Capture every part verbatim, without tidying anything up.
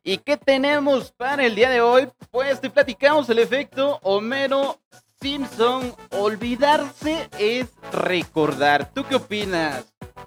¿Y qué tenemos para el día de hoy? Pues te platicamos el efecto Homero Simpson. Olvidarse es recordar. ¿Tú qué opinas?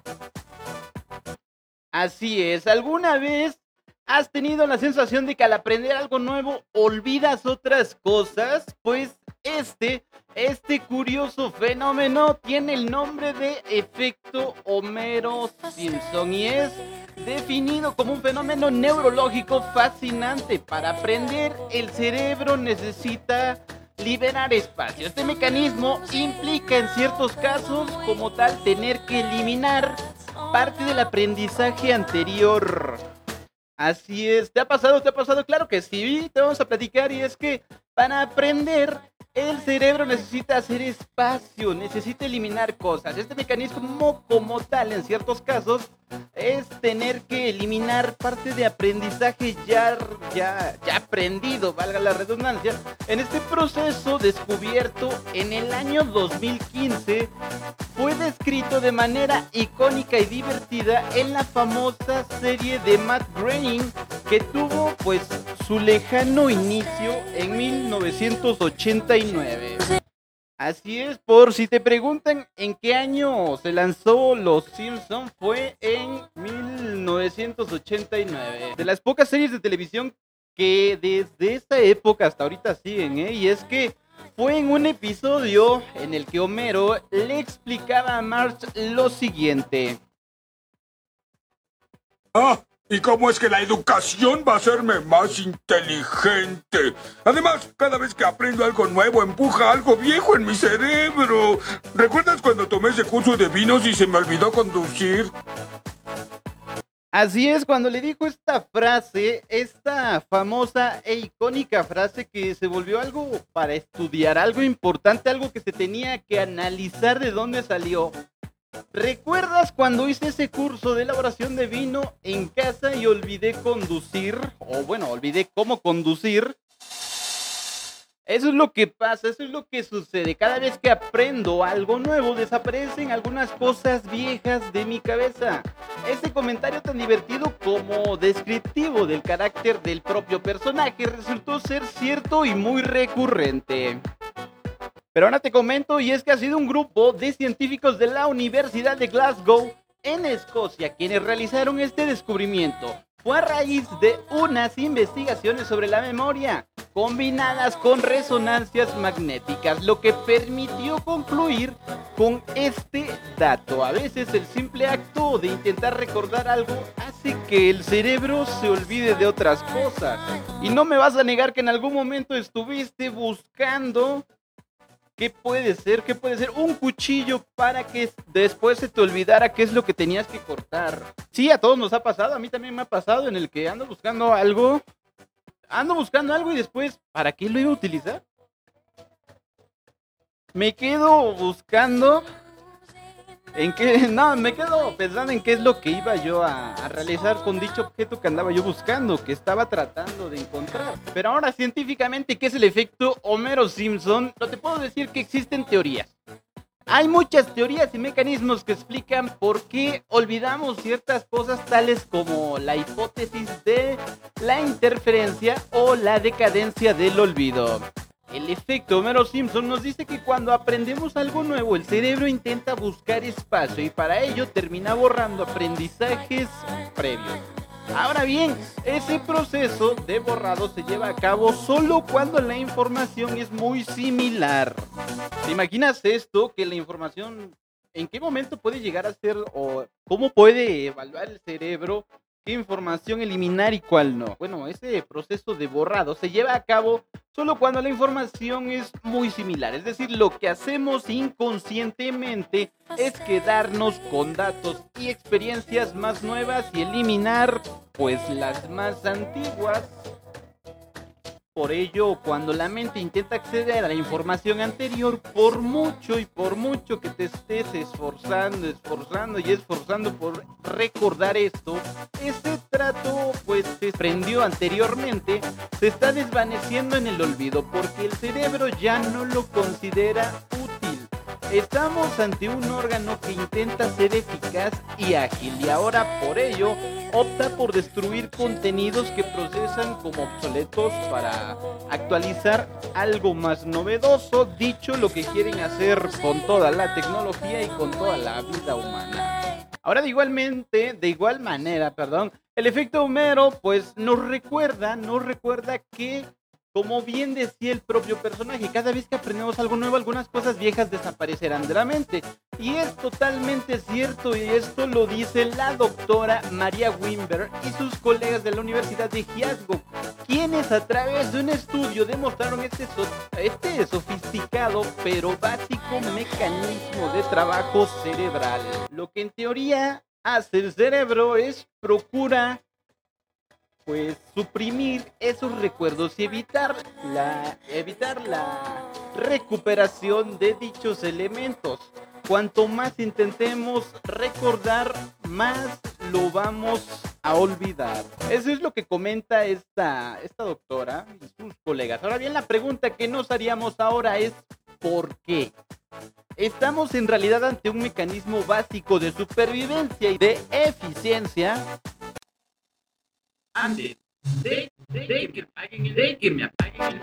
Así es, ¿alguna vez has tenido la sensación de que al aprender algo nuevo olvidas otras cosas? Pues este, este curioso fenómeno tiene el nombre de efecto Homero Simpson y es definido como un fenómeno neurológico fascinante. Para aprender, el cerebro necesita liberar espacio. Este mecanismo implica en ciertos casos, como tal, tener que eliminar parte del aprendizaje anterior. Así es, ¿te ha pasado? ¿Te ha pasado? Claro que sí, te vamos a platicar y es que para aprender el cerebro necesita hacer espacio, necesita eliminar cosas. Este mecanismo como tal en ciertos casos es tener que eliminar parte de aprendizaje ya, ya, ya aprendido, valga la redundancia. En este proceso descubierto en el año dos mil quince fue descrito de manera icónica y divertida en la famosa serie de Matt Groening que tuvo pues su lejano inicio en mil novecientos ochenta y nueve. Así es, por si te preguntan en qué año se lanzó Los Simpson, fue en mil novecientos ochenta y nueve. De las pocas series de televisión que desde esta época hasta ahorita siguen, ¿eh? Y es que fue en un episodio en el que Homero le explicaba a Marge lo siguiente. Ah, ¿y cómo es que la educación va a hacerme más inteligente? Además, cada vez que aprendo algo nuevo, empuja algo viejo en mi cerebro. ¿Recuerdas cuando tomé ese curso de vinos y se me olvidó conducir? Así es, cuando le dijo esta frase, esta famosa e icónica frase que se volvió algo para estudiar, algo importante, algo que se tenía que analizar de dónde salió. ¿Recuerdas cuando hice ese curso de elaboración de vino en casa y olvidé conducir? O bueno, olvidé cómo conducir. Eso es lo que pasa, eso es lo que sucede. Cada vez que aprendo algo nuevo, desaparecen algunas cosas viejas de mi cabeza. Este comentario tan divertido como descriptivo del carácter del propio personaje resultó ser cierto y muy recurrente. Pero ahora te comento, y es que ha sido un grupo de científicos de la Universidad de Glasgow, en Escocia, quienes realizaron este descubrimiento. Fue a raíz de unas investigaciones sobre la memoria, combinadas con resonancias magnéticas, lo que permitió concluir con este dato. A veces el simple acto de intentar recordar algo hace que el cerebro se olvide de otras cosas. Y no me vas a negar que en algún momento estuviste buscando ¿qué puede ser? ¿Qué puede ser? Un cuchillo para que después se te olvidara qué es lo que tenías que cortar. Sí, a todos nos ha pasado, a mí también me ha pasado en el que ando buscando algo, ando buscando algo y después, ¿para qué lo iba a utilizar? Me quedo buscando en qué, no, me quedo pensando en qué es lo que iba yo a, a realizar con dicho objeto que andaba yo buscando, que estaba tratando de encontrar. Pero ahora científicamente, ¿qué es el efecto Homero Simpson? No te puedo decir que existen teorías. Hay muchas teorías y mecanismos que explican por qué olvidamos ciertas cosas, tales como la hipótesis de la interferencia o la decadencia del olvido. El efecto Homero Simpson nos dice que cuando aprendemos algo nuevo, el cerebro intenta buscar espacio y para ello termina borrando aprendizajes previos. Ahora bien, ese proceso de borrado se lleva a cabo solo cuando la información es muy similar. ¿Te imaginas esto? Que la información, ¿en qué momento puede llegar a ser o cómo puede evaluar el cerebro qué información eliminar y cuál no? Bueno, ese proceso de borrado se lleva a cabo solo cuando la información es muy similar. Es decir, lo que hacemos inconscientemente es quedarnos con datos y experiencias más nuevas y eliminar, pues, las más antiguas. Por ello, cuando la mente intenta acceder a la información anterior, por mucho y por mucho que te estés esforzando, esforzando y esforzando por recordar esto, ese trato pues se prendió anteriormente, se está desvaneciendo en el olvido porque el cerebro ya no lo considera útil. Estamos ante un órgano que intenta ser eficaz y ágil y ahora por ello opta por destruir contenidos que procesan como obsoletos para actualizar algo más novedoso, dicho lo que quieren hacer con toda la tecnología y con toda la vida humana. Ahora de igualmente, de igual manera, perdón, el efecto Homero pues nos recuerda, nos recuerda que como bien decía el propio personaje, cada vez que aprendemos algo nuevo, algunas cosas viejas desaparecerán de la mente. Y es totalmente cierto, y esto lo dice la doctora Maria Wimber y sus colegas de la Universidad de Glasgow, quienes a través de un estudio demostraron este, so este sofisticado pero básico mecanismo de trabajo cerebral. Lo que en teoría hace el cerebro es procura pues suprimir esos recuerdos y evitar la, evitar la recuperación de dichos elementos. Cuanto más intentemos recordar, más lo vamos a olvidar. Eso es lo que comenta esta, esta doctora y sus colegas. Ahora bien, la pregunta que nos haríamos ahora es ¿por qué? Estamos en realidad ante un mecanismo básico de supervivencia y de eficiencia. Antes de, de, de que apaguen el, de que me apaguen el...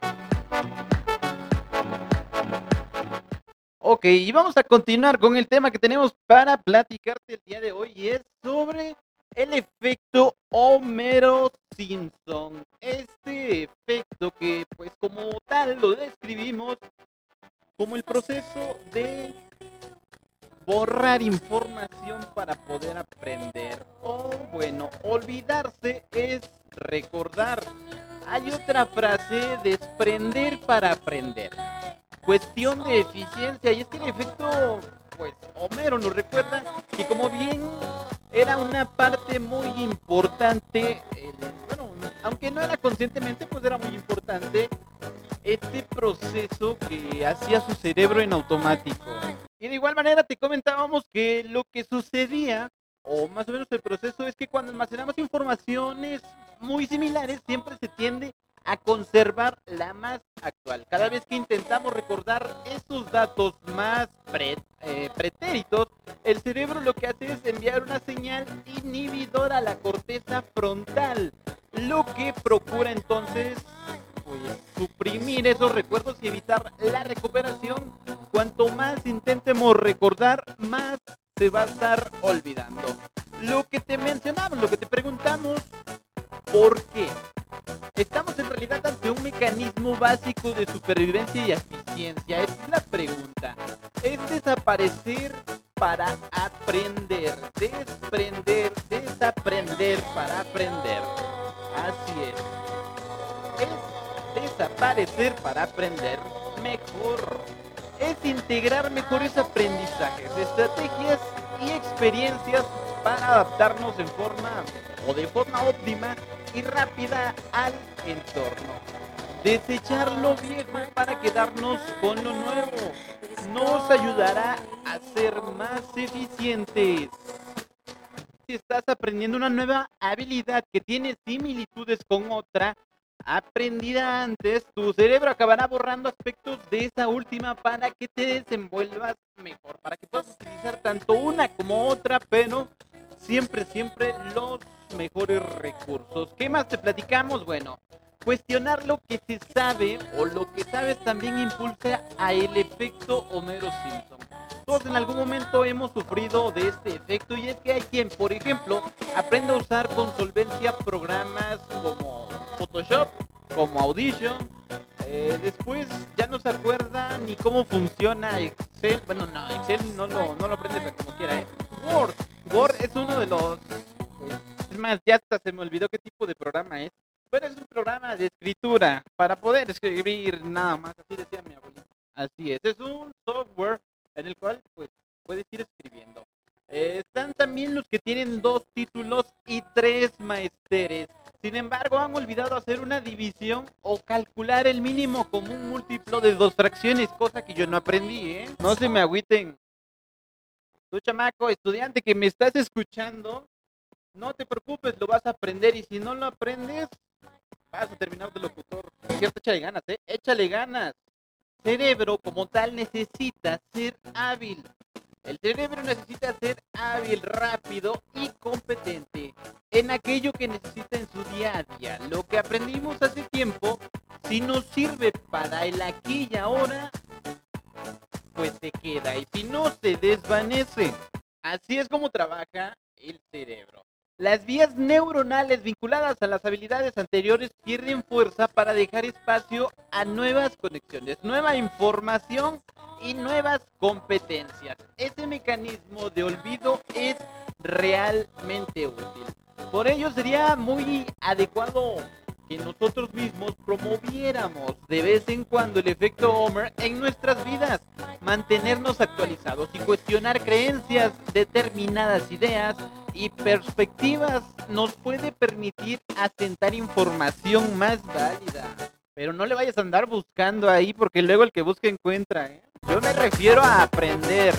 Ok, y vamos a continuar con el tema que tenemos para platicarte el día de hoy y es sobre el efecto Homero Simpson. Este efecto que pues como tal lo describimos como el proceso de borrar información para poder aprender. O bueno, olvidarse es recordar. Hay otra frase, desprender para aprender. Cuestión de eficiencia, y es que el efecto, pues, Homero nos recuerda que como bien era una parte muy importante, eh, bueno, aunque no era conscientemente, pues era muy importante este proceso que hacía su cerebro en automático. Y de igual manera te comentábamos que lo que sucedía, o más o menos el proceso, es que cuando almacenamos informaciones muy similares, siempre se tiende a conservar la más actual. Cada vez que intentamos recordar esos datos más pre, eh, pretéritos, el cerebro lo que hace es enviar una señal inhibidora a la corteza frontal, lo que procura entonces pues, suprimir esos recuerdos y evitar la recuperación. Cuanto más intentemos recordar, más se va a estar olvidando. Lo que te mencionamos, lo que te preguntamos, ¿por qué? Estamos en realidad ante un mecanismo básico de supervivencia y eficiencia. Esa es la pregunta. Es desaparecer para aprender. Desprender, desaprender para aprender. Así es. Es desaparecer para aprender mejor. Es integrar mejores aprendizajes, estrategias y experiencias para adaptarnos en forma o de forma óptima y rápida al entorno. Desechar lo viejo para quedarnos con lo nuevo nos ayudará a ser más eficientes. Si estás aprendiendo una nueva habilidad que tiene similitudes con otra aprendida antes, tu cerebro acabará borrando aspectos de esa última para que te desenvuelvas mejor, para que puedas utilizar tanto una como otra, pero siempre, siempre los mejores recursos. ¿Qué más te platicamos? Bueno, cuestionar lo que se sabe o lo que sabes también impulsa a el efecto Homero Simpson. Todos en algún momento hemos sufrido de este efecto y es que hay quien, por ejemplo, aprende a usar con solvencia programas como Photoshop, como Audition, eh, después ya no se acuerda ni cómo funciona Excel. Bueno, no, Excel no lo, no lo aprendes como quiera, ¿eh? Word, Word es uno de los... Es más, ya hasta se me olvidó qué tipo de programa es. Pero es un programa de escritura para poder escribir nada más, así decía mi abuelita. Así es, es un software en el cual pues puedes ir escribiendo. Eh, están también los que tienen dos títulos y tres maesteres. Sin embargo, han olvidado hacer una división o calcular el mínimo común múltiplo de dos fracciones, cosa que yo no aprendí, ¿eh? No se me agüiten. Tú, chamaco, estudiante que me estás escuchando, no te preocupes, lo vas a aprender y si no lo aprendes, vas a terminar de locutor. Cierto, échale ganas, ¿eh? Échale ganas. cerebro como tal necesita ser hábil. El cerebro necesita ser hábil, rápido y competente en aquello que necesita en su día a día. Lo que aprendimos hace tiempo, si nos sirve para el aquí y ahora, pues se queda. Y si no, se desvanece. Así es como trabaja el cerebro. Las vías neuronales vinculadas a las habilidades anteriores pierden fuerza para dejar espacio a nuevas conexiones, nueva información y nuevas competencias. Este mecanismo de olvido es realmente útil. Por ello sería muy adecuado que nosotros mismos promoviéramos de vez en cuando el efecto Homer en nuestras vidas, mantenernos actualizados y cuestionar creencias, determinadas ideas y perspectivas nos puede permitir asentar información más válida. Pero no le vayas a andar buscando ahí porque luego el que busca encuentra, ¿eh? Yo me refiero a aprender,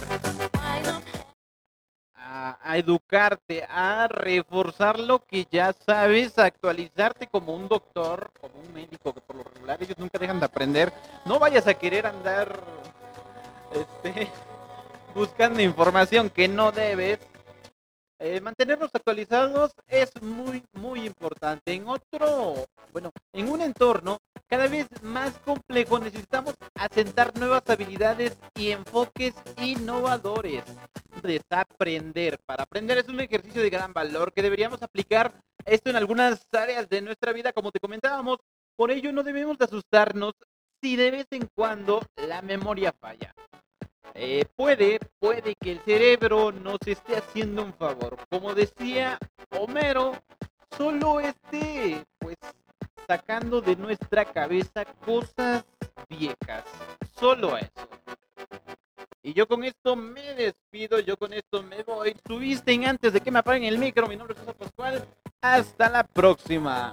a, a educarte, a reforzar lo que ya sabes, a actualizarte como un doctor, como un médico, que por lo regular ellos nunca dejan de aprender. No vayas a querer andar este, buscando información que no debes. Eh, mantenernos actualizados es muy, muy importante. En otro, bueno, en un entorno cada vez más complejo necesitamos asentar nuevas habilidades y enfoques innovadores. Desaprender. Para aprender es un ejercicio de gran valor que deberíamos aplicar esto en algunas áreas de nuestra vida, como te comentábamos. Por ello no debemos de asustarnos si de vez en cuando la memoria falla. Eh, puede, puede que el cerebro nos esté haciendo un favor. Como decía Homero, solo esté, pues, sacando de nuestra cabeza cosas viejas. Solo eso. Y yo con esto me despido, yo con esto me voy. Subiste antes de que me apaguen el micro. Mi nombre es José Pascual. Hasta la próxima.